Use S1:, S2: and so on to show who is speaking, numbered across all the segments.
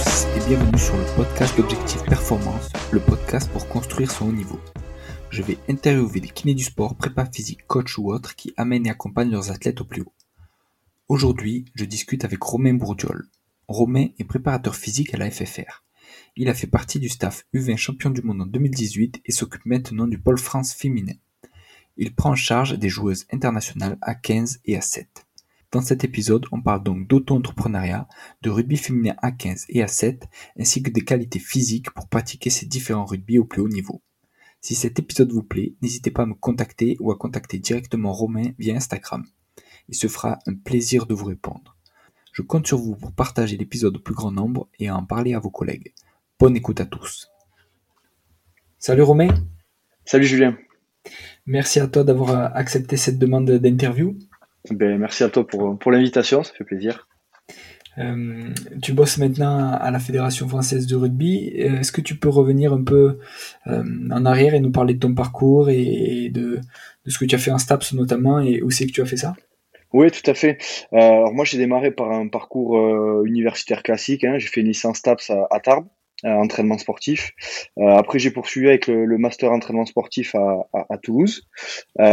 S1: tous et bienvenue sur le podcast d'Objectif Performance, le podcast pour construire son haut niveau. Je vais interviewer des kinés du sport, prépa physique, coach ou autres qui amènent et accompagnent leurs athlètes au plus haut. Aujourd'hui, je discute avec Romain Bourdiol. Romain est préparateur physique à la FFR. Il a fait partie du staff U20 champion du monde en 2018 et s'occupe maintenant du pôle France féminin. Il prend en charge des joueuses internationales à 15 et à 7. Dans cet épisode, on parle donc d'auto-entrepreneuriat, de rugby féminin à 15 et à 7, ainsi que des qualités physiques pour pratiquer ces différents rugby au plus haut niveau. Si cet épisode vous plaît, n'hésitez pas à me contacter ou à contacter directement Romain via Instagram. Il se fera un plaisir de vous répondre. Je compte sur vous pour partager l'épisode au plus grand nombre et à en parler à vos collègues. Bonne écoute à tous. Salut Romain.
S2: Salut Julien.
S1: Merci à toi d'avoir accepté cette demande d'interview.
S2: Merci à toi pour l'invitation, ça fait plaisir.
S1: Tu bosses maintenant à la Fédération française de rugby. Est-ce que tu peux revenir un peu en arrière et nous parler de ton parcours et de ce que tu as fait en STAPS notamment et où c'est que tu as fait ça?
S2: Oui, tout à fait. Alors moi, j'ai démarré par un parcours universitaire classique. J'ai fait une licence TAPS à Tarbes, entraînement sportif. Après, j'ai poursuivi avec le master entraînement sportif à Toulouse. Et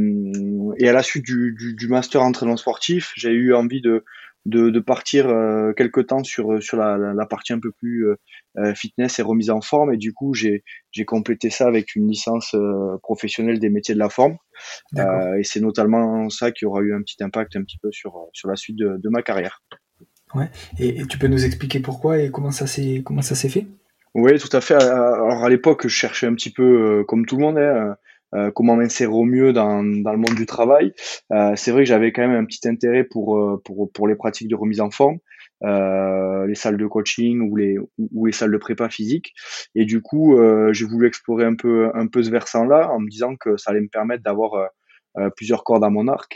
S2: à la suite du master entraînement sportif, j'ai eu envie de partir quelque temps sur la partie un peu plus fitness et remise en forme. Et du coup, j'ai complété ça avec une licence professionnelle des métiers de la forme. Et c'est notamment ça qui aura eu un petit impact un petit peu sur la suite de ma carrière.
S1: Ouais. Et tu peux nous expliquer pourquoi et comment ça s'est fait?
S2: Oui, tout à fait. Alors à l'époque, je cherchais un petit peu, comme tout le monde, comment m'insérer au mieux dans le monde du travail. C'est vrai que j'avais quand même un petit intérêt pour les pratiques de remise en forme, les salles de coaching ou les salles de prépa physique. Et du coup, j'ai voulu explorer un peu ce versant-là en me disant que ça allait me permettre d'avoir plusieurs cordes à mon arc.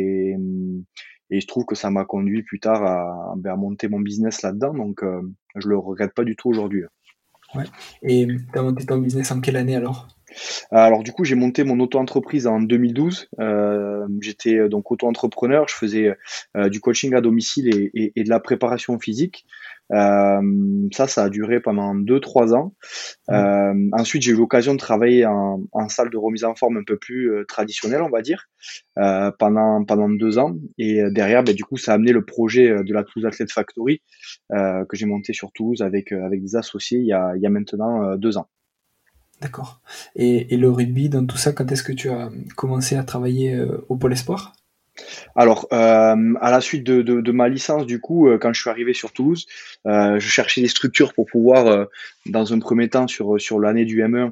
S2: Et je trouve que ça m'a conduit plus tard à monter mon business là-dedans. Donc, je le regrette pas du tout aujourd'hui.
S1: Ouais. Et tu as monté ton business en quelle année alors?
S2: Alors du coup, j'ai monté mon auto-entreprise en 2012. J'étais donc auto-entrepreneur. Je faisais du coaching à domicile et de la préparation physique. Ça a duré pendant 2-3 ans. Ensuite, j'ai eu l'occasion de travailler en salle de remise en forme un peu plus traditionnelle, on va dire, pendant 2 ans. Et derrière, du coup, ça a amené le projet de la Toulouse Athlete Factory que j'ai monté sur Toulouse avec des associés il y a maintenant 2 ans.
S1: D'accord. Et le rugby, dans tout ça, quand est-ce que tu as commencé à travailler au Pôle Espoir?
S2: Alors, à la suite de ma licence, du coup, quand je suis arrivé sur Toulouse, je cherchais des structures pour pouvoir, dans un premier temps, sur l'année du M1,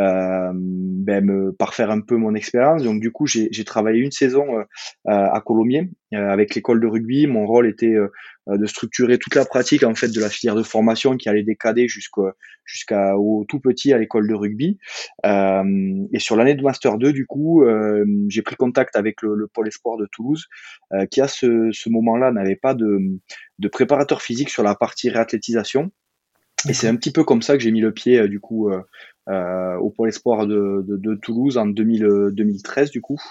S2: me parfaire un peu mon expérience. Donc, du coup, j'ai travaillé une saison à Colomiers avec l'école de rugby. Mon rôle était de structurer toute la pratique en fait de la filière de formation qui allait des cadets jusqu'au tout petit à l'école de rugby. Et sur l'année de Master 2, du coup, j'ai pris contact avec le Pôle Espoir de Toulouse, qui à ce moment-là n'avait pas de préparateur physique sur la partie réathlétisation. Et c'est un petit peu comme ça que j'ai mis le pied du coup au Pôle Espoir de Toulouse en 2013 du coup,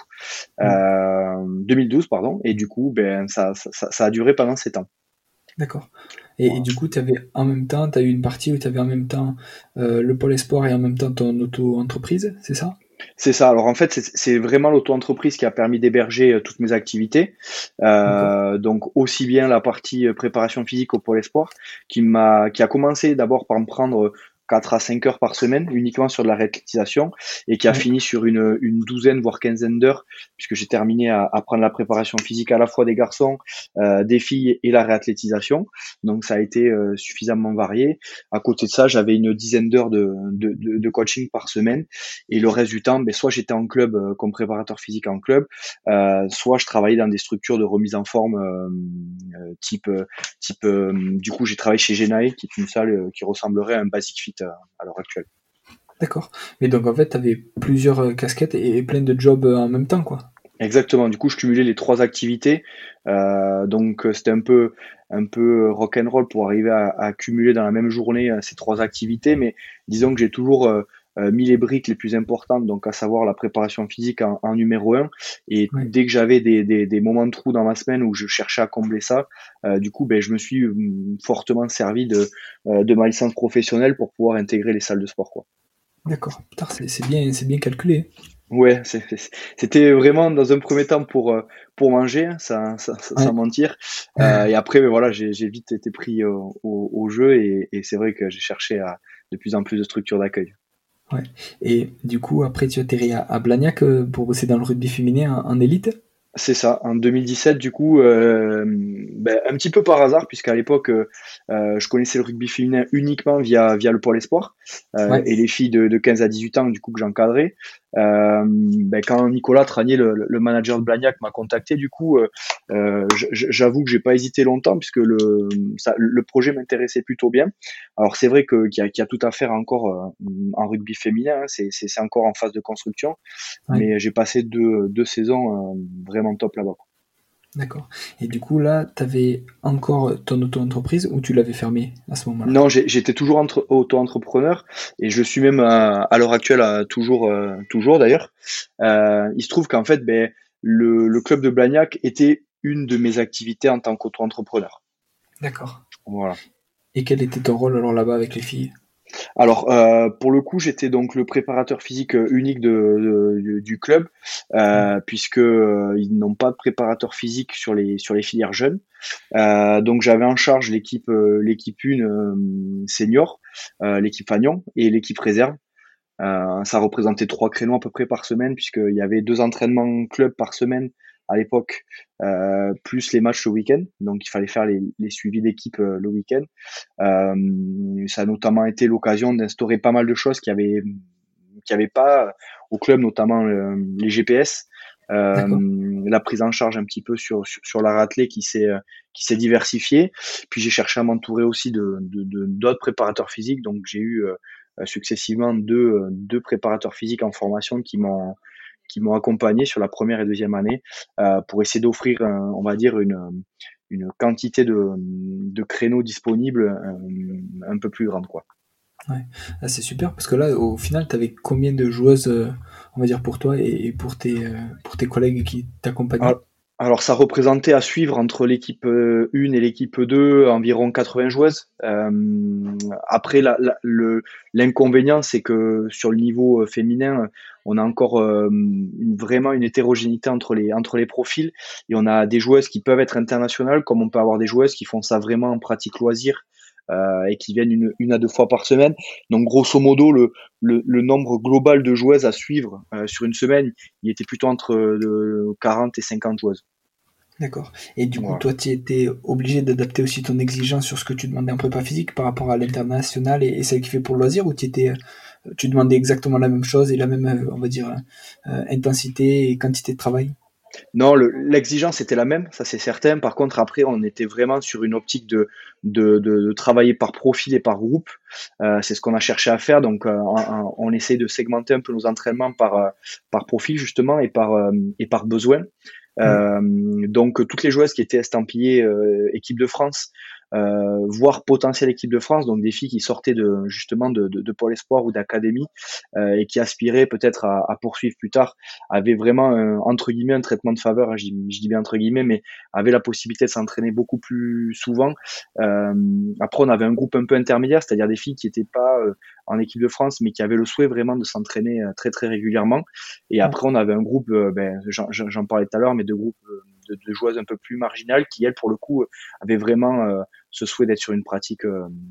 S2: 2012 pardon. Et du coup, ça a duré pendant 7 ans.
S1: D'accord. Et du coup, tu as eu une partie où tu avais en même temps le Pôle Espoir et en même temps ton auto-entreprise, c'est ça?
S2: C'est ça. Alors en fait, c'est vraiment l'auto-entreprise qui a permis d'héberger toutes mes activités. Donc aussi bien la partie préparation physique au Pôle Espoir, qui a commencé d'abord par me prendre 4 à 5 heures par semaine uniquement sur de la réathlétisation et qui a fini sur une douzaine voire quinzaine d'heures puisque j'ai terminé à prendre la préparation physique à la fois des garçons, des filles et la réathlétisation. Donc ça a été suffisamment varié. À côté de ça, j'avais une dizaine d'heures de coaching par semaine et le reste du temps, soit j'étais en club comme préparateur physique en club, soit je travaillais dans des structures de remise en forme type du coup j'ai travaillé chez Genae qui est une salle qui ressemblerait à un Basic Fit à l'heure actuelle.
S1: D'accord. Mais donc en fait, tu avais plusieurs casquettes et plein de jobs en même temps, quoi.
S2: Exactement. Du coup, je cumulais les 3 activités. Donc c'était un peu rock'n'roll pour arriver à cumuler dans la même journée ces 3 activités. Mais disons que j'ai toujours mis les briques les plus importantes, donc à savoir la préparation physique en numéro un. Et
S1: Ouais.
S2: dès que j'avais des moments de trou dans ma semaine où je cherchais à combler ça, du coup, ben, je me suis fortement servi de ma licence professionnelle pour pouvoir intégrer les salles de sport, quoi.
S1: D'accord. Putain, c'est bien calculé.
S2: Ouais, c'était vraiment dans un premier temps pour manger, hein, sans
S1: Ouais.
S2: mentir. Et après, ben voilà, j'ai vite été pris au jeu et c'est vrai que j'ai cherché à de plus en plus de structures d'accueil.
S1: Ouais. Et du coup, après, tu atterris à Blagnac pour bosser dans le rugby féminin en élite?
S2: C'est ça, en 2017 du coup, ben, un petit peu par hasard puisqu'à l'époque, je connaissais le rugby féminin uniquement via le pôle espoir,
S1: Ouais.
S2: et les filles de 15 à 18 ans du coup que j'encadrais. Ben, quand Nicolas Tranier, le manager de Blagnac, m'a contacté du coup, j'avoue que j'ai pas hésité longtemps puisque le projet m'intéressait plutôt bien. Alors c'est vrai qu'il y a tout à faire encore en rugby féminin, hein, c'est encore en phase de construction,
S1: Ouais.
S2: mais j'ai passé deux saisons vraiment top là-bas.
S1: D'accord. Et du coup, là, tu avais encore ton auto-entreprise ou tu l'avais fermée à ce moment-là?
S2: Non, j'étais toujours auto-entrepreneur et je le suis même à l'heure actuelle, toujours d'ailleurs. Il se trouve qu'en fait, ben, le club de Blagnac était une de mes activités en tant qu'auto-entrepreneur.
S1: D'accord.
S2: Voilà.
S1: Et quel était ton rôle alors là-bas avec les filles?
S2: Alors, pour le coup, j'étais donc le préparateur physique unique du club,
S1: Ouais.
S2: puisque ils n'ont pas de préparateur physique sur les filières jeunes. Donc j'avais en charge l'équipe 1 senior, l'équipe fanion et l'équipe réserve. Ça représentait 3 créneaux à peu près par semaine puisqu'il y avait 2 entraînements club par semaine à l'époque, plus les matchs le week-end. Donc il fallait faire les suivis d'équipe le week-end. Ça a notamment été l'occasion d'instaurer pas mal de choses qu'il y avait pas au club, notamment les GPS,
S1: D'accord.
S2: la prise en charge un petit peu sur la raclée qui s'est diversifiée. Puis j'ai cherché à m'entourer aussi d'autres préparateurs physiques, donc j'ai eu successivement deux préparateurs physiques en formation qui m'ont accompagné sur la première et deuxième année pour essayer d'offrir, on va dire, une quantité de créneaux disponibles un peu plus grande, quoi.
S1: Ouais. Ah, c'est super parce que là, au final, tu avais combien de joueuses, on va dire, pour toi et pour tes collègues qui t'accompagnaient?
S2: Al alors ça représentait à suivre entre l'équipe 1 et l'équipe 2 environ 80 joueuses. Après l'inconvénient, c'est que sur le niveau féminin, on a encore vraiment une hétérogénéité entre les profils et on a des joueuses qui peuvent être internationales, comme on peut avoir des joueuses qui font ça vraiment en pratique loisir, et qui viennent une à deux fois par semaine. Donc grosso modo, le nombre global de joueuses à suivre sur une semaine, il était plutôt entre 40 et 50 joueuses.
S1: D'accord. Et du coup,
S2: Voilà.
S1: toi, tu étais obligé d'adapter aussi ton exigence sur ce que tu demandais en prépa physique par rapport à l'international et celle qui fait pour le loisir, ou tu demandais exactement la même chose et la même, on va dire, intensité et quantité de travail?
S2: Non, l'exigence était la même, ça c'est certain. Par contre, après, on était vraiment sur une optique de travailler par profil et par groupe. C'est ce qu'on a cherché à faire. Donc, on essaie de segmenter un peu nos entraînements par profil justement et par besoin.
S1: Ouais.
S2: Donc toutes les joueuses qui étaient estampillées équipe de France, voire potentielle équipe de France, donc des filles qui sortaient justement de Pôle Espoir ou d'académie et qui aspiraient peut-être à poursuivre plus tard, avaient vraiment entre guillemets un traitement de faveur, hein, je dis bien entre guillemets, mais avaient la possibilité de s'entraîner beaucoup plus souvent. Euh, Après on avait un groupe un peu intermédiaire, c'est-à-dire des filles qui n'étaient pas en équipe de France, mais qui avaient le souhait vraiment de s'entraîner très très régulièrement. Et
S1: Ouais.
S2: après, on avait un groupe, ben, j'en parlais tout à l'heure, mais de groupes de joueuses un peu plus marginales qui, elles, pour le coup, avaient vraiment ce souhait d'être sur une pratique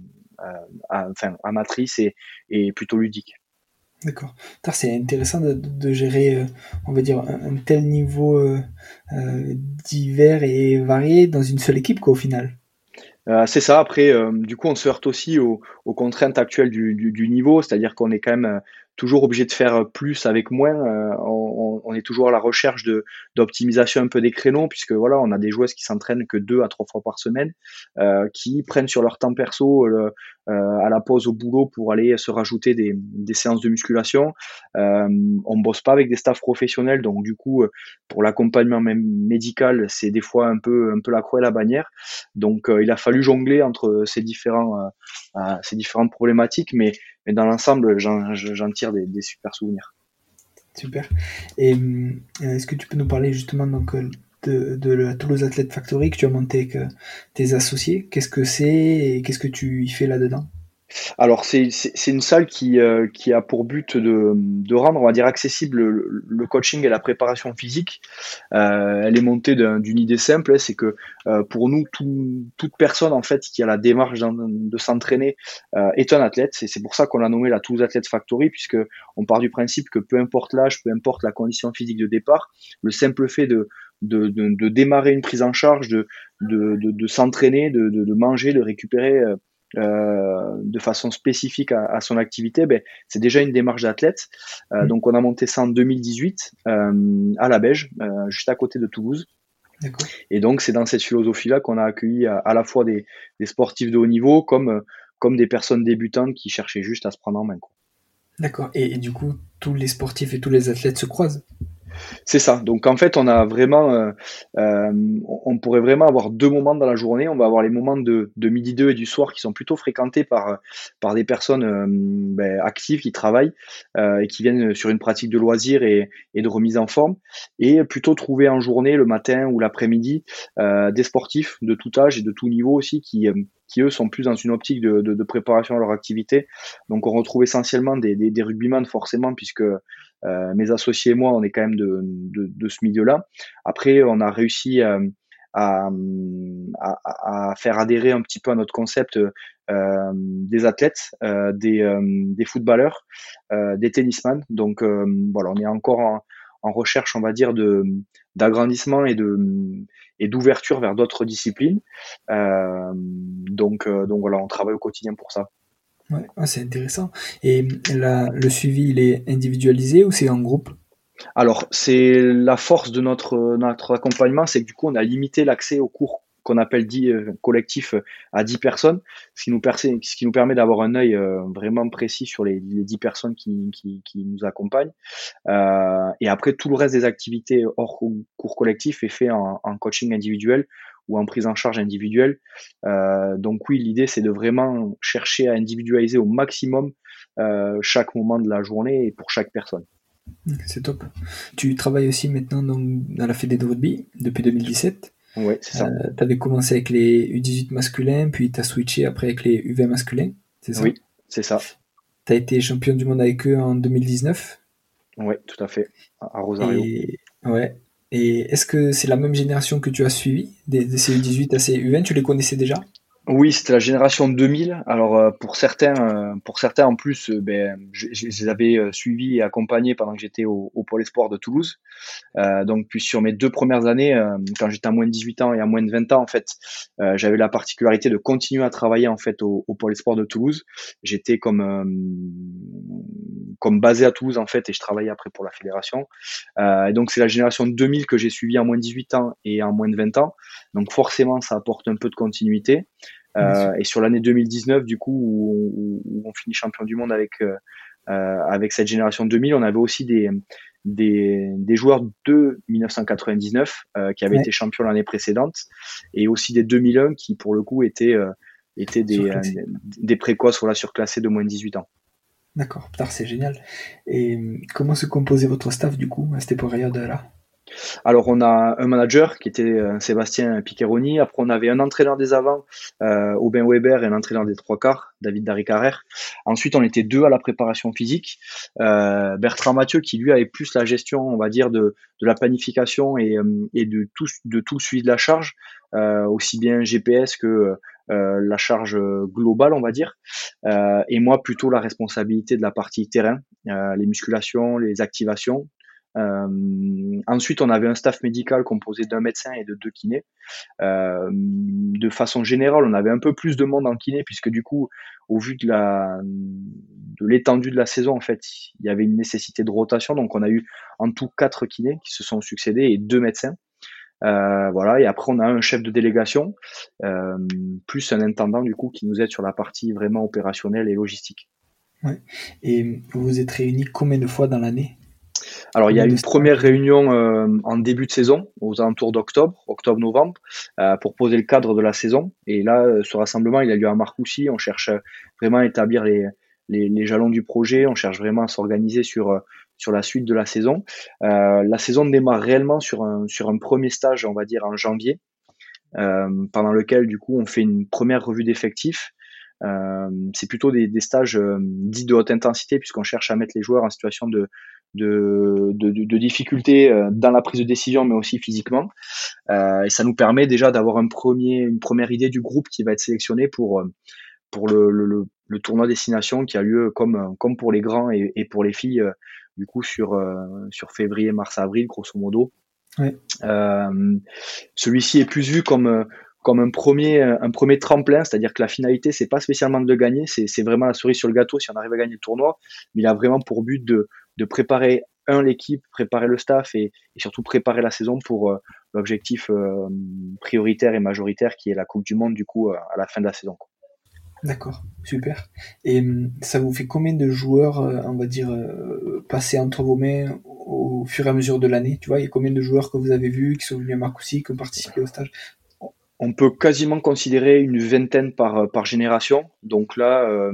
S2: enfin, amatrice et plutôt ludique.
S1: D'accord. Putain, c'est intéressant de gérer, on va dire, un tel niveau divers et varié dans une seule équipe, quoi, au final.
S2: C'est ça. Après, du coup, on se heurte aussi aux contraintes actuelles du niveau, c'est-à-dire qu'on est quand même toujours obligé de faire plus avec moins. On est toujours à la recherche d'optimisation un peu des créneaux, puisque voilà, on a des joueuses qui s'entraînent que 2 à 3 fois par semaine, qui prennent sur leur temps perso à la pause au boulot pour aller se rajouter des séances de musculation. On bosse pas avec des staffs professionnels, donc du coup, pour l'accompagnement même médical, c'est des fois un peu la croix et la bannière. Donc il a fallu jongler entre ces différentes problématiques, mais mais dans l'ensemble, j'en tire des super souvenirs.
S3: Super. Et est-ce que tu peux nous parler justement donc de la Toulouse Athlete Factory que tu as monté avec tes associés? Qu'est-ce que c'est et qu'est-ce que tu y fais là-dedans?
S2: Alors c'est une salle qui a pour but de rendre, on va dire, accessible le coaching et la préparation physique. Elle est montée d'une idée simple, hein, c'est que pour nous, toute personne en fait qui a la démarche de s'entraîner est un athlète. C'est pour ça qu'on l'a nommé la Toulouse Athlete Factory, puisque on part du principe que peu importe l'âge, peu importe la condition physique de départ, le simple fait de démarrer une prise en charge, de s'entraîner, de manger, de récupérer de façon spécifique à son activité, ben, c'est déjà une démarche d'athlète. Donc on a monté ça en 2018 à la Beige, juste à côté de Toulouse.
S3: D'accord.
S2: Et donc c'est dans cette philosophie-là qu'on a accueilli à la fois des sportifs de haut niveau comme des personnes débutantes qui cherchaient juste à se prendre en main, quoi.
S3: D'accord. Et du coup, tous les sportifs et tous les athlètes se croisent?
S2: C'est ça. Donc en fait, on a vraiment, on pourrait vraiment avoir deux moments dans la journée. On va avoir les moments de midi 2 et du soir qui sont plutôt fréquentés par des personnes actives qui travaillent et qui viennent sur une pratique de loisirs et de remise en forme. Et plutôt trouver en journée, le matin ou l'après-midi, des sportifs de tout âge et de tout niveau aussi qui eux sont plus dans une optique de préparation à leur activité. Donc on retrouve essentiellement des rugbyman forcément puisque mes associés et moi, on est quand même de ce milieu-là. Après, on a réussi à, à faire adhérer un petit peu à notre concept des athlètes, des footballeurs, des tennisman. Donc voilà, on est encore en recherche, on va dire, d'agrandissement et d'ouverture vers d'autres disciplines. Donc voilà, on travaille au quotidien pour ça.
S3: Ouais, ah, c'est intéressant. Et là, le suivi, il est individualisé ou c'est en groupe?
S2: Alors, c'est la force de notre accompagnement, c'est que du coup, on a limité l'accès aux cours qu'on appelle dits collectifs à 10 personnes, ce qui nous permet d'avoir un œil vraiment précis sur les 10 personnes qui nous accompagnent. Et après, tout le reste des activités hors cours collectif est fait en coaching individuel ou en prise en charge individuelle. Donc oui, l'idée, c'est de vraiment chercher à individualiser au maximum chaque moment de la journée et pour chaque personne.
S3: C'est top. Tu travailles aussi maintenant dans la fédé de rugby depuis 2017.
S2: Oui, c'est ça.
S3: Tu avais commencé avec les U18 masculins, puis tu as switché après avec les U20 masculins, c'est ça?
S2: Oui, c'est ça.
S3: Tu as été champion du monde avec eux en 2019.
S2: Oui, tout à fait. À Rosario.
S3: Et, ouais. Et est-ce que c'est la même génération que tu as suivi, des CU18 à ces U20, tu les connaissais déjà?
S2: Oui, c'était la génération 2000. Alors pour certains en plus, je les avais suivis et accompagnés pendant que j'étais au Pôle Espoir de Toulouse. Donc puis sur mes 2 premières années, quand j'étais à moins de 18 ans et à moins de 20 ans en fait, j'avais la particularité de continuer à travailler en fait au Pôle Espoir de Toulouse. J'étais comme basé à Toulouse en fait et je travaillais après pour la fédération. Et donc c'est la génération 2000 que j'ai suivi en moins de 18 ans et en moins de 20 ans. Donc forcément ça apporte un peu de continuité. Et sur l'année 2019 du coup où on finit champion du monde avec cette génération 2000, on avait aussi des joueurs de 1999 qui avaient été champions l'année précédente et aussi des 2001 qui pour le coup étaient des précoces, voilà, surclassés de moins de 18 ans.
S3: D'accord, c'est génial. Et comment se composait votre staff du coup à cette période-là?
S2: Alors on a un manager qui était Sébastien Piqueroni. Après on avait un entraîneur des avants, Aubin Weber, et un entraîneur des trois quarts, David Darry-Carrère. Ensuite on était 2 à la préparation physique. Bertrand Mathieu qui lui avait plus la gestion, on va dire, de la planification et de tout le suivi de la charge, aussi bien GPS que la charge globale, on va dire. Et moi plutôt la responsabilité de la partie terrain, les musculations, les activations. Ensuite, on avait un staff médical composé d'un médecin et de 2 kinés. De façon générale, on avait un peu plus de monde en kiné puisque du coup, au vu de l'étendue de la saison, en fait, il y avait une nécessité de rotation. Donc, on a eu en tout 4 kinés qui se sont succédés et 2 médecins. Voilà. Et après, on a un chef de délégation, plus un intendant du coup qui nous aide sur la partie vraiment opérationnelle et logistique.
S3: Ouais. Et vous vous êtes réunis combien de fois dans l'année?
S2: Alors, il y a une première réunion en début de saison, aux alentours octobre-novembre, pour poser le cadre de la saison. Et là, ce rassemblement, il a lieu à Marcoussis. On cherche vraiment à établir les jalons du projet. On cherche vraiment à s'organiser sur la suite de la saison. La saison démarre réellement sur un premier stage, on va dire en janvier, pendant lequel du coup on fait une première revue d'effectifs. C'est plutôt des stages dits de haute intensité, puisqu'on cherche à mettre les joueurs en situation de difficulté dans la prise de décision, mais aussi physiquement. Et ça nous permet déjà d'avoir une première idée du groupe qui va être sélectionné pour le tournoi destination qui a lieu comme pour les grands et pour les filles, du coup sur février, mars, avril, grosso modo.
S3: Ouais.
S2: Celui-ci est plus vu comme un premier tremplin, c'est-à-dire que la finalité, c'est pas spécialement de gagner, c'est vraiment la cerise sur le gâteau si on arrive à gagner le tournoi, mais il a vraiment pour but de préparer l'équipe, préparer le staff et surtout préparer la saison pour l'objectif prioritaire et majoritaire qui est la Coupe du Monde du coup à la fin de la saison.
S3: D'accord, super. Et ça vous fait combien de joueurs, on va dire, passer entre vos mains au fur et à mesure de l'année? Tu vois, il y a combien de joueurs que vous avez vus, qui sont venus à Marcoussis, qui ont participé au stage?
S2: On peut quasiment considérer une vingtaine par génération. Donc là,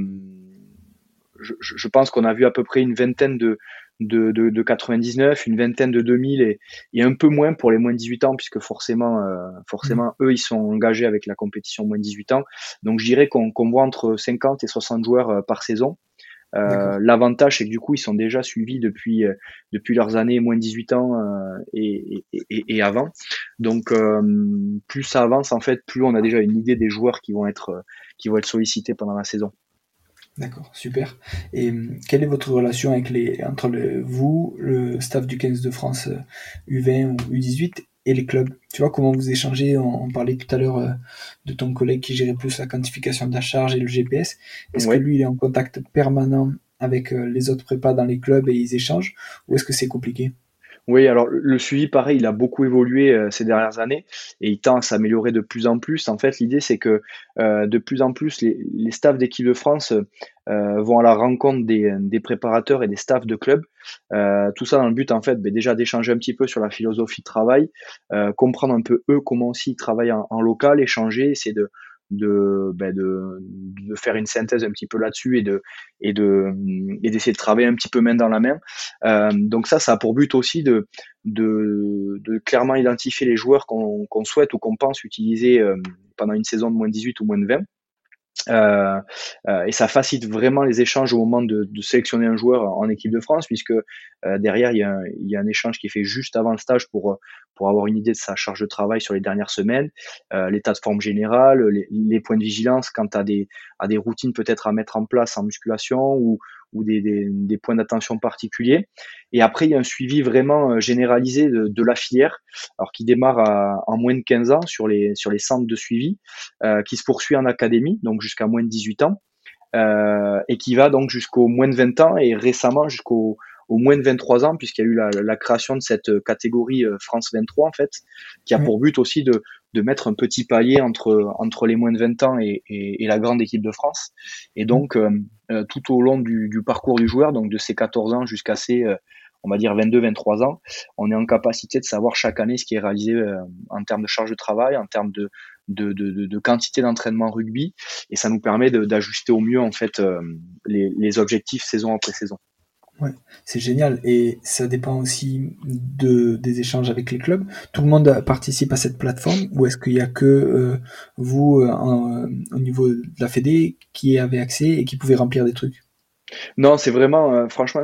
S2: je pense qu'on a vu à peu près une vingtaine de 99, une vingtaine de 2000 et un peu moins pour les moins de 18 ans, puisque forcément, eux, ils sont engagés avec la compétition moins de 18 ans. Donc je dirais qu'on voit entre 50 et 60 joueurs par saison. L'avantage, c'est que du coup, ils sont déjà suivis depuis leurs années moins de 18 ans et avant. Donc, plus ça avance, en fait, plus on a déjà une idée des joueurs qui vont être sollicités pendant la saison.
S3: D'accord, super. Et quelle est votre relation entre vous, le staff du 15 de France U20 ou U18 et les clubs? Tu vois, comment vous échangez? On parlait tout à l'heure de ton collègue qui gérait plus la quantification de la charge et le GPS. Est-ce que
S2: Ouais.
S3: lui, il est en contact permanent avec les autres prépas dans les clubs et ils échangent? Ou est-ce que c'est compliqué?
S2: Oui, alors le suivi, pareil, il a beaucoup évolué ces dernières années et il tend à s'améliorer de plus en plus. En fait, l'idée, c'est que de plus en plus, les staffs d'équipe de France vont à la rencontre des préparateurs et des staffs de clubs. Tout ça dans le but, en fait, déjà d'échanger un petit peu sur la philosophie de travail, comprendre un peu eux comment aussi ils travaillent en local, échanger, essayer de faire une synthèse un petit peu là-dessus et d'essayer de travailler un petit peu main dans la main. Donc ça a pour but aussi de clairement identifier les joueurs qu'on souhaite ou qu'on pense utiliser pendant une saison de moins de 18 ou moins de 20. Et ça facilite vraiment les échanges au moment de sélectionner un joueur en équipe de France, puisque derrière il y a un échange qui est fait juste avant le stage pour avoir une idée de sa charge de travail sur les dernières semaines, l'état de forme général, les points de vigilance quant à des routines peut-être à mettre en place en musculation ou des points d'attention particuliers. Et après, il y a un suivi vraiment généralisé de la filière, alors qui démarre en moins de 15 ans sur les centres de suivi, qui se poursuit en académie, donc jusqu'à moins de 18 ans, et qui va donc jusqu'au moins de 20 ans et récemment jusqu'au moins de 23 ans, puisqu'il y a eu la création de cette catégorie France 23, en fait, qui a pour but aussi de mettre un petit palier entre les moins de 20 ans et la grande équipe de France. Et donc, tout au long du parcours du joueur, donc de ses 14 ans jusqu'à ses, on va dire 22-23 ans, on est en capacité de savoir chaque année ce qui est réalisé en termes de charge de travail, en termes de quantité d'entraînement rugby, et ça nous permet d'ajuster au mieux en fait les objectifs saison après saison.
S3: Ouais, c'est génial et ça dépend aussi des échanges avec les clubs. Tout le monde participe à cette plateforme ou est-ce qu'il y a que vous au niveau de la Fédé qui avez accès et qui pouvez remplir des trucs?
S2: Non, c'est vraiment, franchement,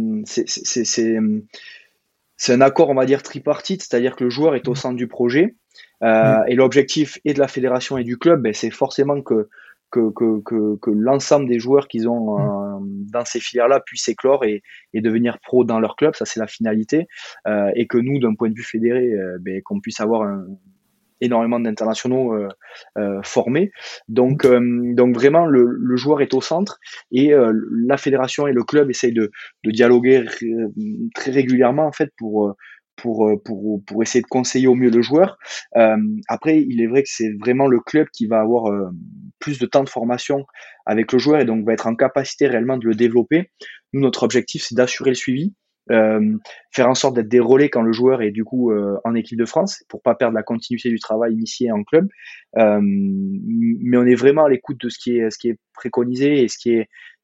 S2: c'est un accord, on va dire, tripartite, c'est-à-dire que le joueur est au centre du projet. Et l'objectif et de la fédération et du club, c'est forcément que l'ensemble des joueurs qu'ils ont dans ces filières-là puissent éclore et devenir pro dans leur club, ça c'est la finalité, et que nous, d'un point de vue fédéré, qu'on puisse avoir énormément d'internationaux formés. Donc vraiment, le joueur est au centre et la fédération et le club essayent de dialoguer très régulièrement en fait pour essayer de conseiller au mieux le joueur. Après, il est vrai que c'est vraiment le club qui va avoir plus de temps de formation avec le joueur et donc va être en capacité réellement de le développer. Nous, notre objectif, c'est d'assurer le suivi, faire en sorte d'être des relais quand le joueur est du coup en équipe de France pour pas perdre la continuité du travail initié en club. Mais on est vraiment à l'écoute de ce qui est préconisé et ce qui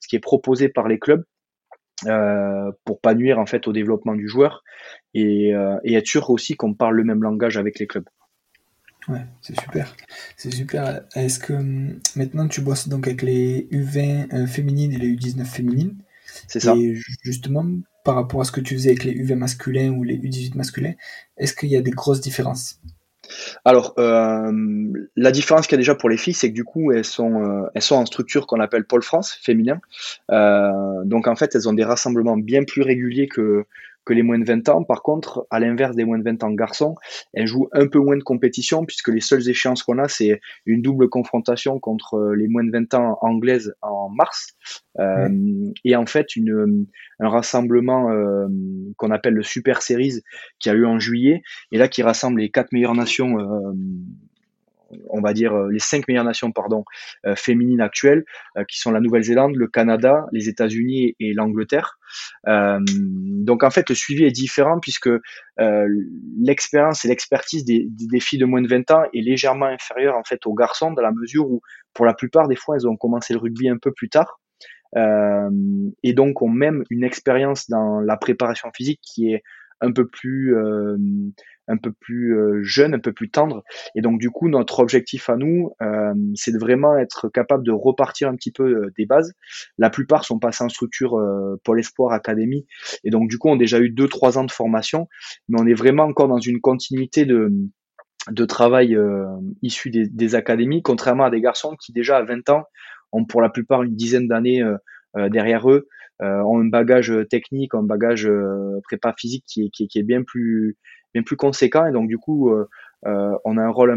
S2: ce qui est proposé par les clubs pour pas nuire en fait au développement du joueur et être sûr aussi qu'on parle le même langage avec les clubs.
S3: Ouais, c'est super. C'est super. Est-ce que maintenant tu bosses donc avec les U20 féminines et les U19 féminines?
S2: C'est ça.
S3: Et justement, par rapport à ce que tu faisais avec les U20 masculins ou les U18 masculins, est-ce qu'il y a des grosses différences?
S2: Alors, la différence qu'il y a déjà pour les filles, c'est que du coup, elles sont en structure qu'on appelle Pôle France féminin. Donc en fait, elles ont des rassemblements bien plus réguliers que les moins de 20 ans. Par contre, à l'inverse des moins de 20 ans garçons, elles jouent un peu moins de compétition puisque les seules échéances qu'on a, c'est une double confrontation contre les moins de 20 ans anglaises en mars.
S3: Ouais.
S2: Et en fait, un rassemblement qu'on appelle le Super Series qui a eu en juillet et là qui rassemble les 4 meilleures nations on va dire les 5 meilleures nations féminines actuelles qui sont la Nouvelle-Zélande, le Canada, les États-Unis et l'Angleterre. Donc en fait le suivi est différent puisque l'expérience et l'expertise des filles de moins de 20 ans est légèrement inférieure en fait aux garçons dans la mesure où pour la plupart des fois elles ont commencé le rugby un peu plus tard. Et donc ont même une expérience dans la préparation physique qui est un peu plus jeune, un peu plus tendre. Et donc du coup, notre objectif à nous, c'est de vraiment être capable de repartir un petit peu des bases. La plupart sont passés en structure Pôle Espoir Académie, et donc du coup, ont déjà eu 2-3 ans de formation, mais on est vraiment encore dans une continuité de travail issu des académies, contrairement à des garçons qui déjà à 20 ans ont pour la plupart une dizaine d'années derrière eux, ont un bagage technique, un bagage prépa physique qui est bien plus conséquent et donc du coup on a un rôle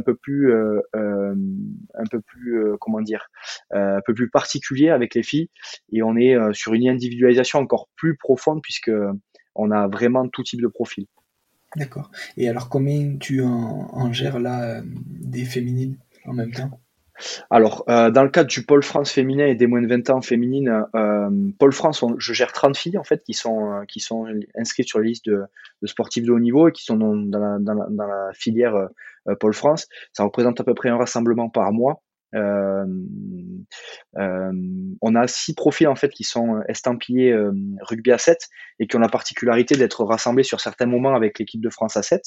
S2: comment dire un peu plus particulier avec les filles et on est sur une individualisation encore plus profonde puisque on a vraiment tout type de profil.
S3: D'accord. Et alors, combien tu en gères là des féminines en même temps?
S2: Alors, dans le cadre du Pôle France féminin et des moins de 20 ans féminines, Pôle France, je gère 30 filles en fait qui sont inscrites sur la liste de sportifs de haut niveau et qui sont dans la filière Pôle France. Ça représente à peu près un rassemblement par mois. Euh, on a 6 profils en fait qui sont estampillés rugby à 7 et qui ont la particularité d'être rassemblés sur certains moments avec l'équipe de France à 7.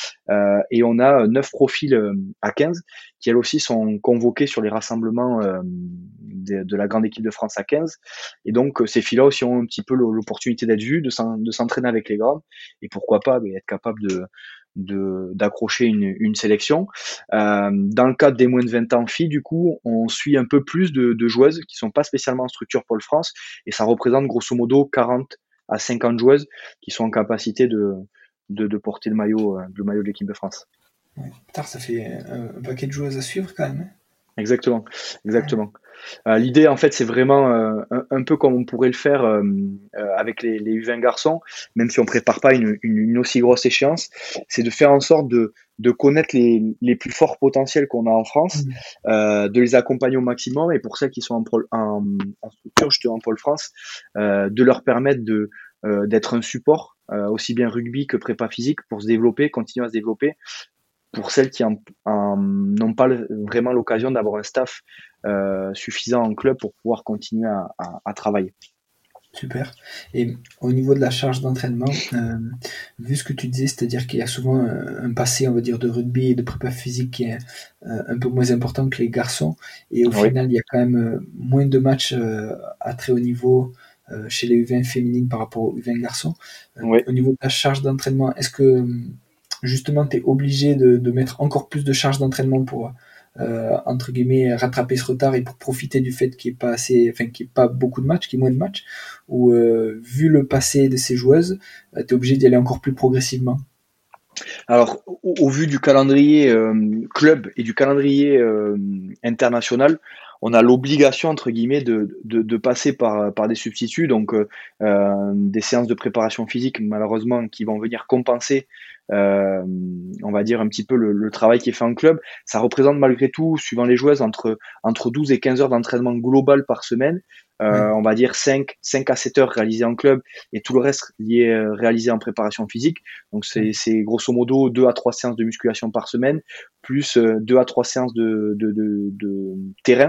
S2: Et on a 9 profils à 15 qui elles aussi sont convoqués sur les rassemblements de la grande équipe de France à 15. Et donc ces filles-là aussi ont un petit peu l'opportunité d'être vues, de s'entraîner avec les grandes et pourquoi pas être capable d'accrocher une sélection. Dans le cadre des moins de 20 ans filles, du coup, on suit un peu plus de joueuses qui sont pas spécialement en structure Pôle France et ça représente grosso modo 40 à 50 joueuses qui sont en capacité de porter le maillot de l'équipe de France.
S3: Ouais. Putain, ça fait un paquet de joueuses à suivre quand même.
S2: Exactement, exactement. L'idée, en fait, c'est vraiment un peu comme on pourrait le faire avec les U20 garçons, même si on prépare pas une aussi grosse échéance, c'est de faire en sorte de connaître les plus forts potentiels qu'on a en France, de les accompagner au maximum, et pour celles qui sont en structure, justement en Pôle France, de leur permettre d'être un support, aussi bien rugby que prépa physique, pour se développer, continuer à se développer, pour celles qui n'ont pas vraiment l'occasion d'avoir un staff suffisant en club pour pouvoir continuer à travailler.
S3: Super. Et au niveau de la charge d'entraînement, vu ce que tu disais, c'est-à-dire qu'il y a souvent un passé, on va dire, de rugby et de prépa physique qui est un peu moins important que les garçons, et au final, il y a quand même moins de matchs à très haut niveau chez les U20 féminines par rapport aux U20 garçons. Au niveau de la charge d'entraînement, est-ce que justement tu es obligé de mettre encore plus de charge d'entraînement pour entre guillemets rattraper ce retard et pour profiter du fait qu'il n'y ait pas assez, enfin qu'il n'y ait pas beaucoup de matchs, qu'il y ait moins de matchs, ou vu le passé de ces joueuses, tu es obligé d'y aller encore plus progressivement?
S2: Alors, au vu du calendrier club et du calendrier international, on a l'obligation entre guillemets de passer par des substituts, donc des séances de préparation physique malheureusement qui vont venir compenser, on va dire un petit peu le travail qui est fait en club. Ça représente malgré tout, suivant les joueuses, entre 12 et 15 heures d'entraînement global par semaine. On va dire 5 à 7 heures réalisées en club et tout le reste réalisé en préparation physique. Donc c'est grosso modo 2 à 3 séances de musculation par semaine, plus 2 à 3 séances de terrain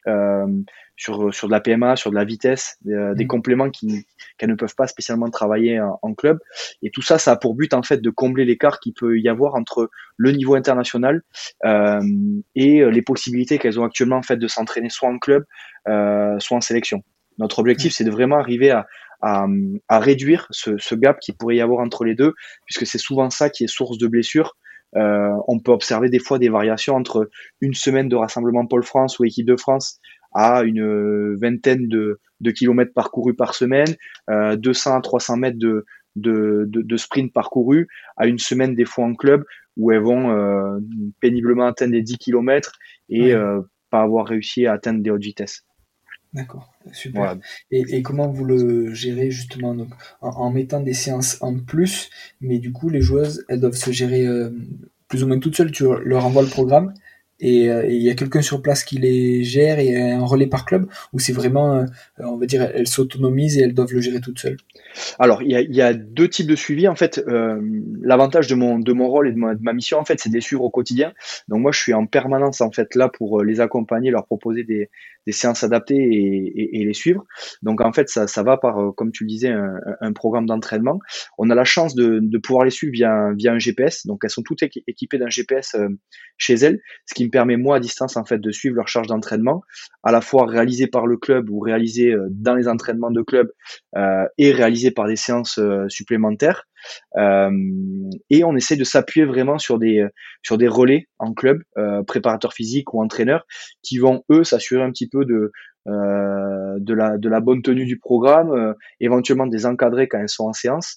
S2: sur de la PMA, sur de la vitesse, des compléments qu'elles ne peuvent pas spécialement travailler en club. Et tout ça, ça a pour but en fait de combler l'écart qu'il peut y avoir entre le niveau international et les possibilités qu'elles ont actuellement en fait de s'entraîner soit en club, soit en sélection. Notre objectif, c'est de vraiment arriver à réduire ce gap qu'il pourrait y avoir entre les deux, puisque c'est souvent ça qui est source de blessures. On peut observer des fois des variations entre une semaine de rassemblement Pôle France ou équipe de France à une vingtaine de kilomètres parcourus par semaine, 200 à 300 mètres de sprint parcourus, à une semaine des fois en club où elles vont péniblement atteindre les 10 kilomètres et pas avoir réussi à atteindre des hautes vitesses.
S3: D'accord, super. Voilà. Et comment vous le gérez justement donc, en mettant des séances en plus, mais du coup les joueuses elles doivent se gérer plus ou moins toutes seules, tu leur envoies le programme et il y a quelqu'un sur place qui les gère et un relais par club, ou c'est vraiment, on va dire, elles s'autonomisent et elles doivent le gérer toutes seules?
S2: Alors, il y a deux types de suivi. En fait, l'avantage de mon rôle et de ma mission, en fait, c'est de les suivre au quotidien. Donc moi, je suis en permanence en fait là pour les accompagner, leur proposer des séances adaptées et les suivre. Donc en fait, ça va par, comme tu le disais, un programme d'entraînement. On a la chance de pouvoir les suivre via un GPS. Donc elles sont toutes équipées d'un GPS chez elles, ce qui me permet moi à distance en fait de suivre leur charge d'entraînement, à la fois réalisée par le club ou réalisée dans les entraînements de club et réalisée par des séances supplémentaires. Et on essaie de s'appuyer vraiment sur des relais en club, préparateurs physiques ou entraîneurs, qui vont eux s'assurer un petit peu de la bonne tenue du programme, éventuellement des encadrer quand elles sont en séance.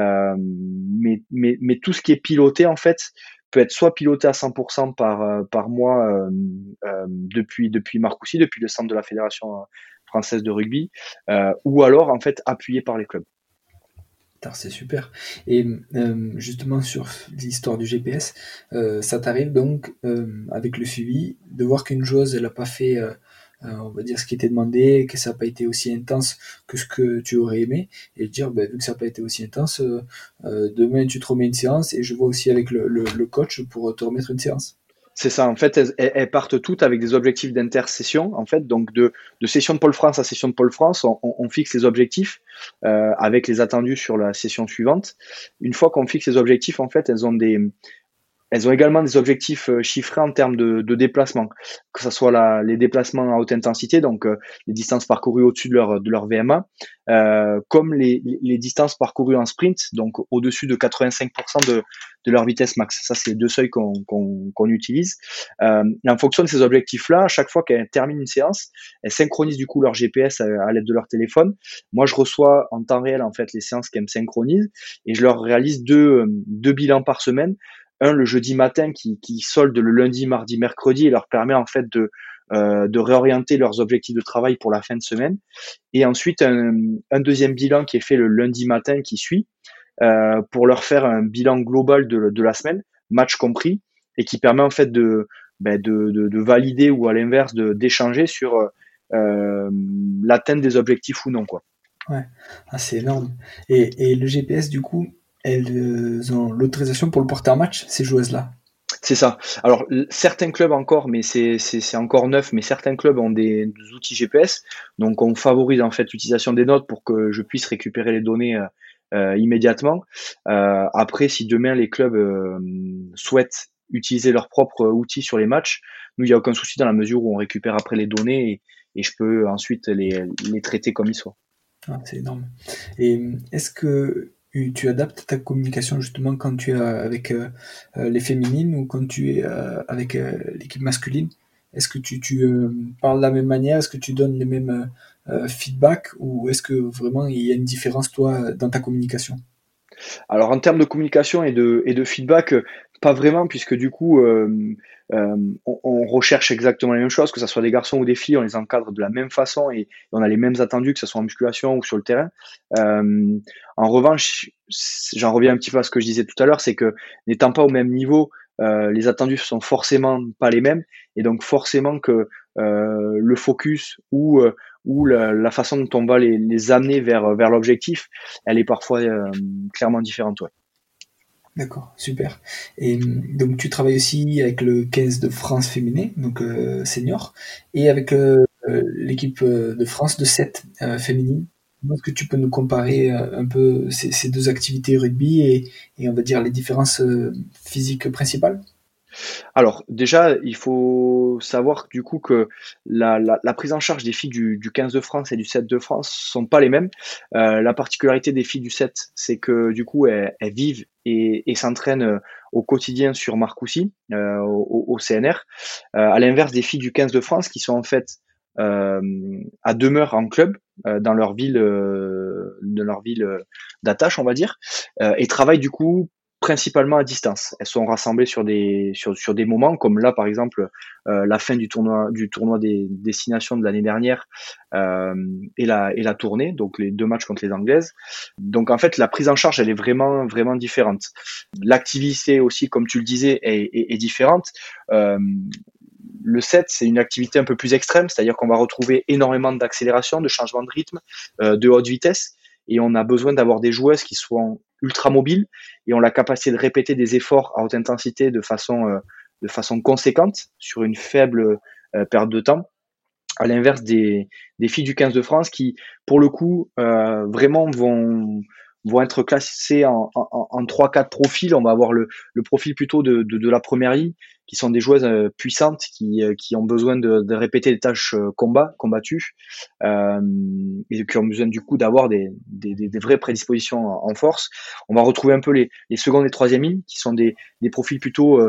S2: Mais tout ce qui est piloté en fait peut être soit piloté à 100% par moi depuis Marcoussis, depuis le centre de la Fédération française de rugby, ou alors en fait appuyé par les clubs.
S3: C'est super. Et justement sur l'histoire du GPS, ça t'arrive donc avec le suivi de voir qu'une joueuse elle n'a pas fait on va dire ce qui était demandé, que ça n'a pas été aussi intense que ce que tu aurais aimé, et de dire vu que ça n'a pas été aussi intense, demain tu te remets une séance et je vois aussi avec le coach pour te remettre une séance.
S2: C'est ça, en fait, elles partent toutes avec des objectifs d'intersession, en fait, donc de session de Pôle France à session de Pôle France, on fixe les objectifs avec les attendus sur la session suivante. Une fois qu'on fixe les objectifs, en fait, elles ont également des objectifs chiffrés en termes de déplacement, que ce soit les déplacements à haute intensité, donc les distances parcourues au-dessus de leur VMA, comme les distances parcourues en sprint, donc au-dessus de 85% de leur vitesse max. Ça, c'est les deux seuils qu'on utilise. Et en fonction de ces objectifs-là, à chaque fois qu'elles terminent une séance, elles synchronisent du coup leur GPS à l'aide de leur téléphone. Moi, je reçois en temps réel en fait les séances qu'elles me synchronisent et je leur réalise deux bilans par semaine. Un le jeudi matin qui solde le lundi, mardi, mercredi et leur permet en fait de réorienter leurs objectifs de travail pour la fin de semaine. Et ensuite un deuxième bilan qui est fait le lundi matin qui suit pour leur faire un bilan global de la semaine, match compris, et qui permet en fait de valider ou à l'inverse d'échanger sur l'atteinte des objectifs ou non, quoi.
S3: Ouais, c'est énorme. Et le GPS du coup, elles ont l'autorisation pour le porter en match, ces joueuses-là?
S2: C'est ça. Alors certains clubs encore, mais c'est encore neuf, mais certains clubs ont des outils GPS, donc on favorise en fait l'utilisation des notes pour que je puisse récupérer les données immédiatement. Après, si demain les clubs souhaitent utiliser leurs propres outils sur les matchs, nous il n'y a aucun souci dans la mesure où on récupère après les données et je peux ensuite les traiter comme il soit.
S3: C'est énorme. Et est-ce que tu adaptes ta communication justement quand tu es avec les féminines ou quand tu es avec l'équipe masculine? Est-ce que tu parles de la même manière? Est-ce que tu donnes les mêmes feedbacks, ou est-ce que vraiment il y a une différence toi dans ta communication?
S2: Alors en termes de communication et de feedback, pas vraiment, puisque du coup on recherche exactement les mêmes choses, que ce soit des garçons ou des filles, on les encadre de la même façon et on a les mêmes attendus, que ce soit en musculation ou sur le terrain. En revanche, j'en reviens un petit peu à ce que je disais tout à l'heure, c'est que n'étant pas au même niveau, les attendus sont forcément pas les mêmes, et donc forcément que le focus ou la façon dont on va les amener vers l'objectif, elle est parfois clairement différente. Ouais.
S3: D'accord, super. Et donc tu travailles aussi avec le 15 de France féminin, donc senior, et avec l'équipe de France de 7 féminine. Est-ce que tu peux nous comparer un peu ces deux activités rugby et on va dire les différences physiques principales?
S2: Alors déjà, il faut savoir du coup que la prise en charge des filles du 15 de France et du 7 de France sont pas les mêmes. La particularité des filles du 7, c'est que du coup elles vivent et s'entraînent au quotidien sur Marcoussis, au CNR, à l'inverse des filles du 15 de France qui sont en fait à demeure en club dans leur ville d'attache, on va dire, et travaillent du coup principalement à distance. Elles sont rassemblées sur des moments comme là par exemple la fin du tournoi des destinations de l'année dernière, et la tournée, donc les deux matchs contre les Anglaises. Donc en fait la prise en charge elle est vraiment vraiment différente. L'activité aussi comme tu le disais est différente. Le 7, c'est une activité un peu plus extrême, c'est-à-dire qu'on va retrouver énormément d'accélération, de changement de rythme, de haute vitesse, et on a besoin d'avoir des joueuses qui soient ultra mobiles et ont la capacité de répéter des efforts à haute intensité de façon conséquente sur une faible période de temps, à l'inverse des filles du 15 de France qui, pour le coup, vraiment vont être classées en 3-4 profils. On va avoir le profil plutôt de la première ligne, qui sont des joueuses puissantes qui ont besoin de répéter des tâches combattues, et qui ont besoin du coup d'avoir des vraies prédispositions en force. On va retrouver un peu les secondes et troisième lignes, qui sont des profils plutôt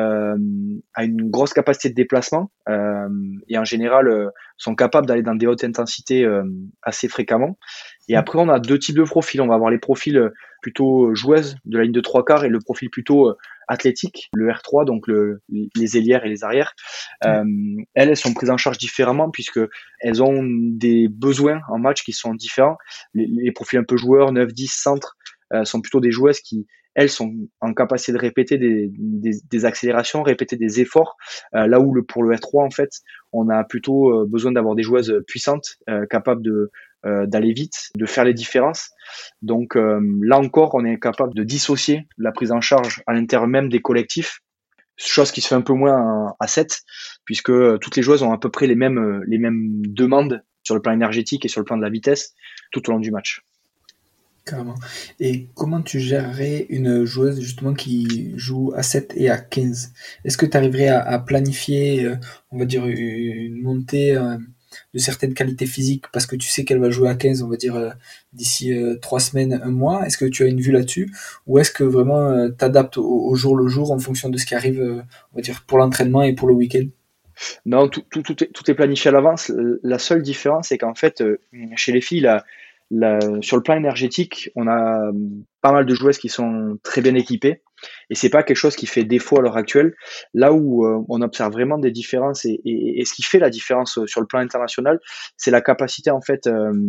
S2: à une grosse capacité de déplacement, et en général sont capables d'aller dans des hautes intensités assez fréquemment. Et après, on a deux types de profils. On va avoir les profils plutôt joueuses de la ligne de trois quarts et le profil plutôt athlétique, le R3, donc les ailières et les arrières. Elles sont prises en charge différemment puisque elles ont des besoins en match qui sont différents. Les profils un peu joueurs, 9, 10, centre, sont plutôt des joueuses qui, elles, sont en capacité de répéter des accélérations, répéter des efforts, là où pour le R3, en fait, on a plutôt besoin d'avoir des joueuses puissantes, capables d'aller vite, de faire les différences. Donc là encore, on est capable de dissocier la prise en charge à l'intérieur même des collectifs, chose qui se fait un peu moins à 7, puisque toutes les joueuses ont à peu près les mêmes demandes sur le plan énergétique et sur le plan de la vitesse tout au long du match.
S3: Carrément. Et comment tu gérerais une joueuse justement qui joue à 7 et à 15? Est-ce que tu arriverais à planifier, on va dire, une montée de certaines qualités physiques parce que tu sais qu'elle va jouer à 15, on va dire, d'ici 3 semaines, un mois? Est-ce que tu as une vue là-dessus? Ou est-ce que vraiment tu adaptes au jour le jour en fonction de ce qui arrive, on va dire, pour l'entraînement et pour le week-end?
S2: Non, tout est planifié à l'avance. La seule différence, c'est qu'en fait, chez les filles, sur le plan énergétique, on a pas mal de joueuses qui sont très bien équipées et c'est pas quelque chose qui fait défaut à l'heure actuelle. Là où on observe vraiment des différences et ce qui fait la différence sur le plan international, c'est la capacité en fait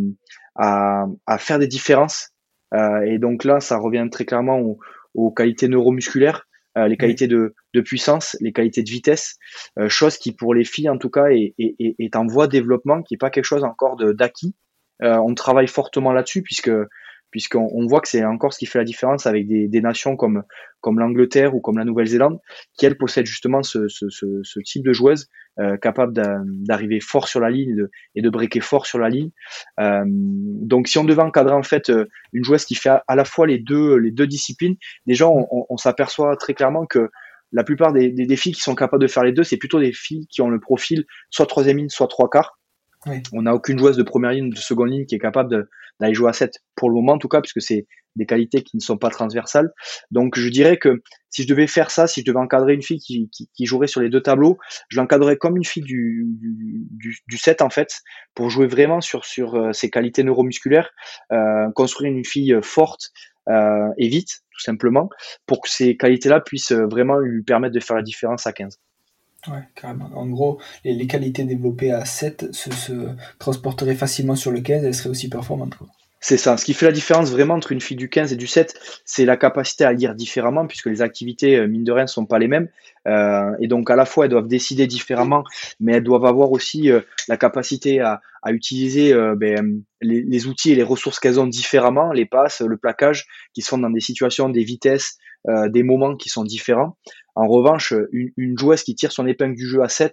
S2: à faire des différences. Et donc là, ça revient très clairement aux qualités neuromusculaires, les
S3: Oui.
S2: qualités de puissance, les qualités de vitesse, chose qui pour les filles en tout cas est en voie de développement, qui est pas quelque chose encore d'acquis. On travaille fortement là-dessus puisqu'on voit que c'est encore ce qui fait la différence avec des nations comme l'Angleterre ou comme la Nouvelle-Zélande, qui elles possèdent justement ce type de joueuse capable d'arriver fort sur la ligne et de breaker fort sur la ligne. Donc si on devait encadrer en fait une joueuse qui fait à la fois les deux disciplines, déjà on s'aperçoit très clairement que la plupart des filles qui sont capables de faire les deux, c'est plutôt des filles qui ont le profil soit troisième ligne, soit trois quarts.
S3: Oui.
S2: On n'a aucune joueuse de première ligne, de seconde ligne qui est capable d'aller jouer à 7 pour le moment en tout cas, puisque c'est des qualités qui ne sont pas transversales. Donc je dirais que si je devais faire ça, si je devais encadrer une fille qui jouerait sur les deux tableaux, je l'encadrerais comme une fille du 7 en fait, pour jouer vraiment sur ses qualités neuromusculaires, construire une fille forte et vite, tout simplement, pour que ces qualités-là puissent vraiment lui permettre de faire la différence à 15.
S3: Ouais, carrément. En gros, les qualités développées à 7 se transporteraient facilement sur le 15, elles seraient aussi performantes, quoi.
S2: C'est ça. Ce qui fait la différence vraiment entre une fille du 15 et du 7, c'est la capacité à lire différemment, puisque les activités, mine de rien, ne sont pas les mêmes. Et donc, à la fois, elles doivent décider différemment, mais elles doivent avoir aussi la capacité à utiliser les outils et les ressources qu'elles ont différemment, les passes, le plaquage, qui sont dans des situations, des vitesses, des moments qui sont différents. En revanche, une joueuse qui tire son épingle du jeu à 7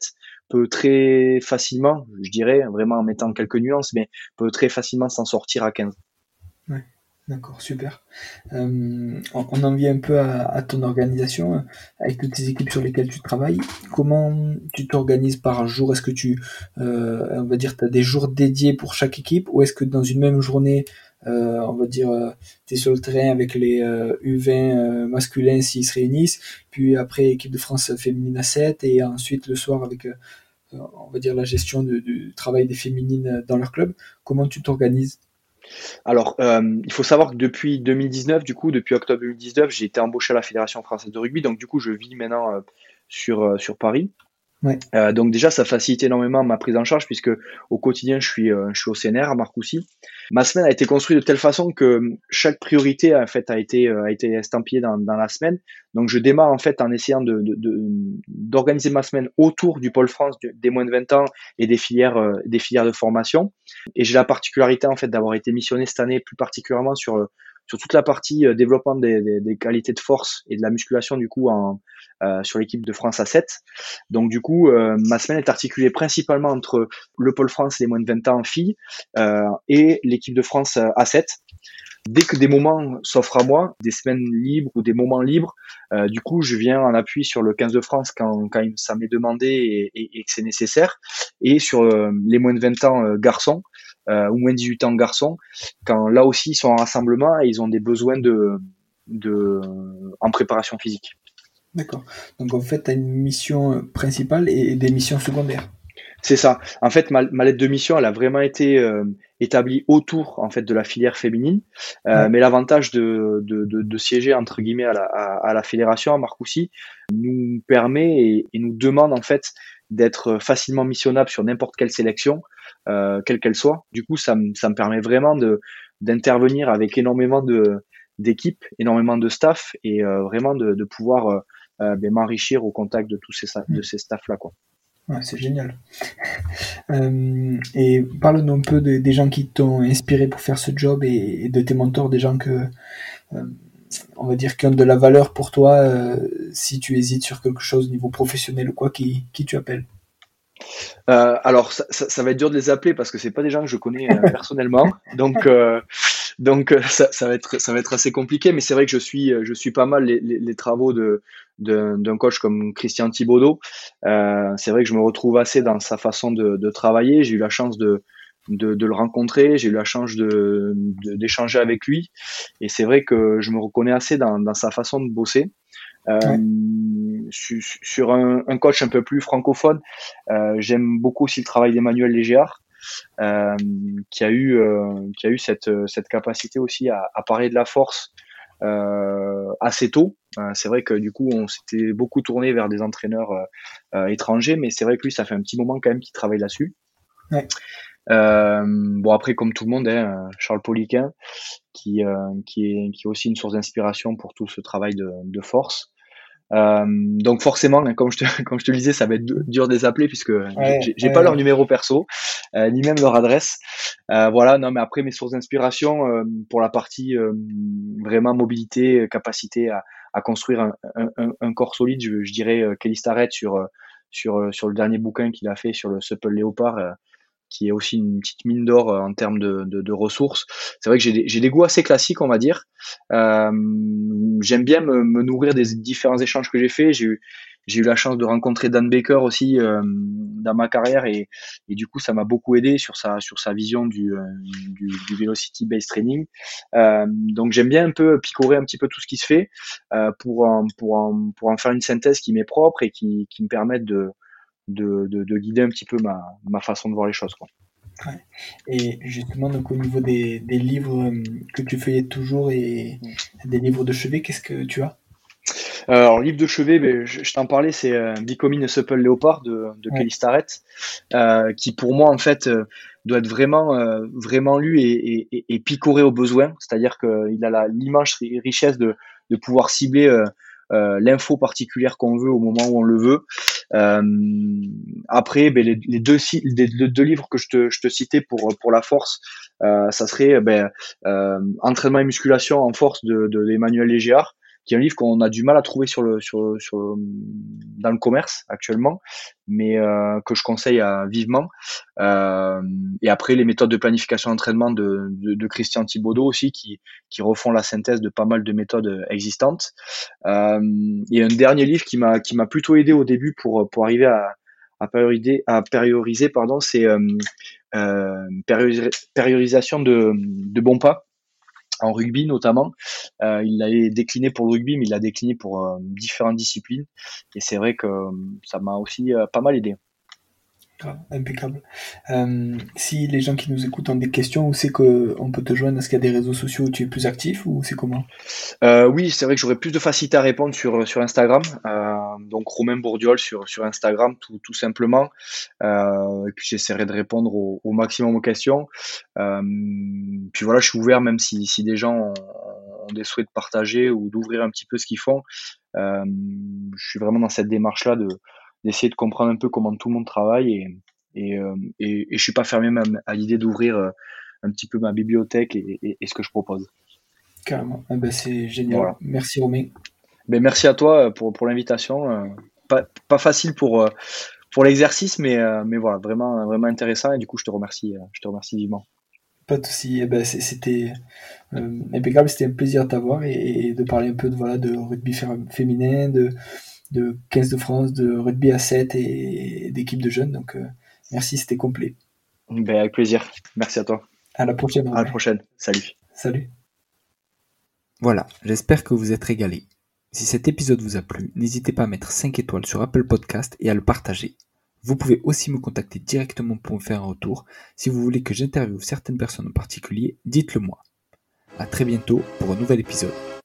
S2: peut très facilement, je dirais, vraiment en mettant quelques nuances, mais peut très facilement s'en sortir à 15.
S3: Ouais, d'accord, super. On en vient un peu à ton organisation, avec toutes ces équipes sur lesquelles tu travailles. Comment tu t'organises par jour? Est-ce que on va dire, tu as des jours dédiés pour chaque équipe, ou est-ce que dans une même journée, on va dire, tu es sur le terrain avec les U20 masculins s'ils se réunissent, puis après équipe de France féminine à 7, et ensuite le soir avec, on va dire, la gestion du travail des féminines dans leur club. Comment tu t'organises?
S2: Alors, il faut savoir que depuis 2019, du coup, depuis octobre 2019, j'ai été embauché à la Fédération française de rugby. Donc, du coup, je vis maintenant sur Paris.
S3: Ouais,
S2: Donc déjà, ça facilite énormément ma prise en charge puisque au quotidien, je suis au CNR à Marcoussis. Ma semaine a été construite de telle façon que chaque priorité en fait a été estampillée dans la semaine. Donc je démarre en fait en essayant d'organiser ma semaine autour du pôle France des moins de 20 ans et des filières de formation. Et j'ai la particularité en fait d'avoir été missionné cette année plus particulièrement sur toute la partie développement des qualités de force et de la musculation du coup sur l'équipe de France A7. Donc du coup, ma semaine est articulée principalement entre le pôle France et les moins de 20 ans en filles et l'équipe de France A7. Dès que des moments s'offrent à moi, des semaines libres ou des moments libres, du coup, je viens en appui sur le 15 de France quand ça m'est demandé et que c'est nécessaire, et sur les moins de 20 ans garçons ou moins de 18 ans garçons, quand là aussi ils sont en rassemblement et ils ont des besoins en préparation physique.
S3: d'accord. Donc en fait, tu as une mission principale et des missions secondaires.
S2: C'est ça. En fait, ma lettre de mission, elle a vraiment été établie autour en fait de la filière féminine.
S3: Ouais,
S2: Mais l'avantage de siéger entre guillemets à la fédération à Marcoussis nous permet et nous demande en fait d'être facilement missionnable sur n'importe quelle sélection, quelle qu'elle soit. Du coup, ça me permet vraiment d'intervenir avec énormément d'équipes, énormément de staff et vraiment de pouvoir m'enrichir au contact de de ces staffs là quoi.
S3: ouais, c'est génial. Et parle-nous un peu des gens qui t'ont inspiré pour faire ce job, et de tes mentors, des gens euh, on va dire, qui ont de la valeur pour toi, si tu hésites sur quelque chose au niveau professionnel ou quoi, qui tu appelles.
S2: Alors ça va être dur de les appeler parce que c'est pas des gens que je connais personnellement, donc ça va être assez compliqué. Mais c'est vrai que je suis pas mal les travaux d'un coach comme Christian Thibaudeau. C'est vrai que je me retrouve assez dans sa façon de travailler. J'ai eu la chance de le rencontrer, j'ai eu la chance d'échanger avec lui, et c'est vrai que je me reconnais assez dans sa façon de bosser.
S3: Ouais,
S2: Sur un coach un peu plus francophone, j'aime beaucoup aussi le travail d'Emmanuel Légéard, euh, qui a eu cette capacité aussi à parler de la force assez tôt. C'est vrai que du coup, on s'était beaucoup tourné vers des entraîneurs étrangers, mais c'est vrai que lui, ça fait un petit moment quand même qu'il travaille là-dessus.
S3: ouais,
S2: Bon après, comme tout le monde, hein, Charles Poliquin, qui est aussi une source d'inspiration pour tout ce travail de force. Donc forcément, hein, comme je te le disais, ça va être dur de les appeler puisque
S3: ouais,
S2: j'ai pas
S3: ouais,
S2: leur numéro perso, ni même leur adresse. Voilà, non mais après mes sources d'inspiration pour la partie vraiment mobilité, capacité à construire un corps solide, je dirais Kelly Starrett sur le dernier bouquin qu'il a fait sur le Supple Léopard, qui est aussi une petite mine d'or en termes de ressources. C'est vrai que j'ai des goûts assez classiques, on va dire. Euh, J'aime bien me nourrir des différents échanges que j'ai faits. J'ai eu la chance de rencontrer Dan Baker aussi dans ma carrière, et du coup ça m'a beaucoup aidé sur sa vision du velocity based training. Donc j'aime bien un peu picorer un petit peu tout ce qui se fait pour en faire une synthèse qui m'est propre et qui me permette de guider un petit peu ma façon de voir les choses, quoi.
S3: ouais. Et justement, donc au niveau des livres que tu feuillettes toujours, et des livres de chevet, qu'est-ce que tu as?
S2: Alors, livre de chevet, ben, je t'en parlais, c'est Becoming a Supple Leopard de
S3: Ouais,
S2: Kelly Starrett, qui pour moi en fait doit être vraiment lu et picoré au besoin. C'est-à-dire qu'il a l'immense richesse de pouvoir cibler l'info particulière qu'on veut au moment où on le veut. Euh, Après, ben, les deux livres que je te citais pour la force, ça serait Entraînement et musculation en force de Emmanuel Légéard, qui est un livre qu'on a du mal à trouver dans le commerce actuellement, mais que je conseille vivement. Et après, les méthodes de planification d'entraînement de Christian Thibaudeau aussi, qui refont la synthèse de pas mal de méthodes existantes. Et un dernier livre qui m'a plutôt aidé au début pour arriver à périoriser, pardon, c'est périorisation de bons pas en rugby notamment. Il l'a décliné pour le rugby, mais il l'a décliné pour différentes disciplines. Et c'est vrai que ça m'a aussi pas mal aidé.
S3: Impeccable. Si les gens qui nous écoutent ont des questions, où c'est qu'on peut te joindre? Est-ce qu'il y a des réseaux sociaux où tu es plus actif ou c'est comment?
S2: Oui, c'est vrai que j'aurais plus de facilité à répondre sur Instagram. Donc Romain Bourdiol sur Instagram, tout simplement. Et puis j'essaierai de répondre au maximum aux questions. Puis voilà, je suis ouvert, même si des gens ont des souhaits de partager ou d'ouvrir un petit peu ce qu'ils font. Je suis vraiment dans cette démarche-là d'essayer de comprendre un peu comment tout le monde travaille et je suis pas fermé même à l'idée d'ouvrir un petit peu ma bibliothèque et ce que je propose.
S3: Carrément. Ah ben, c'est génial.
S2: Voilà.
S3: Merci Romain.
S2: Ben, merci à toi pour l'invitation. Pas facile pour l'exercice, mais voilà, vraiment intéressant et du coup je te remercie vivement.
S3: Pas de souci. Eh ben, c'était impeccable. C'était un plaisir de t'avoir et de parler un peu de rugby féminin, de 15 de France, de rugby à 7 et d'équipe de jeunes. Donc merci, c'était complet.
S2: Ben, avec plaisir. Merci à toi.
S3: À la prochaine.
S2: À la prochaine. Salut.
S3: Salut.
S1: Voilà, j'espère que vous êtes régalés. Si cet épisode vous a plu, n'hésitez pas à mettre 5 étoiles sur Apple Podcast et à le partager. Vous pouvez aussi me contacter directement pour me faire un retour. Si vous voulez que j'interviewe certaines personnes en particulier, dites-le moi. À très bientôt pour un nouvel épisode.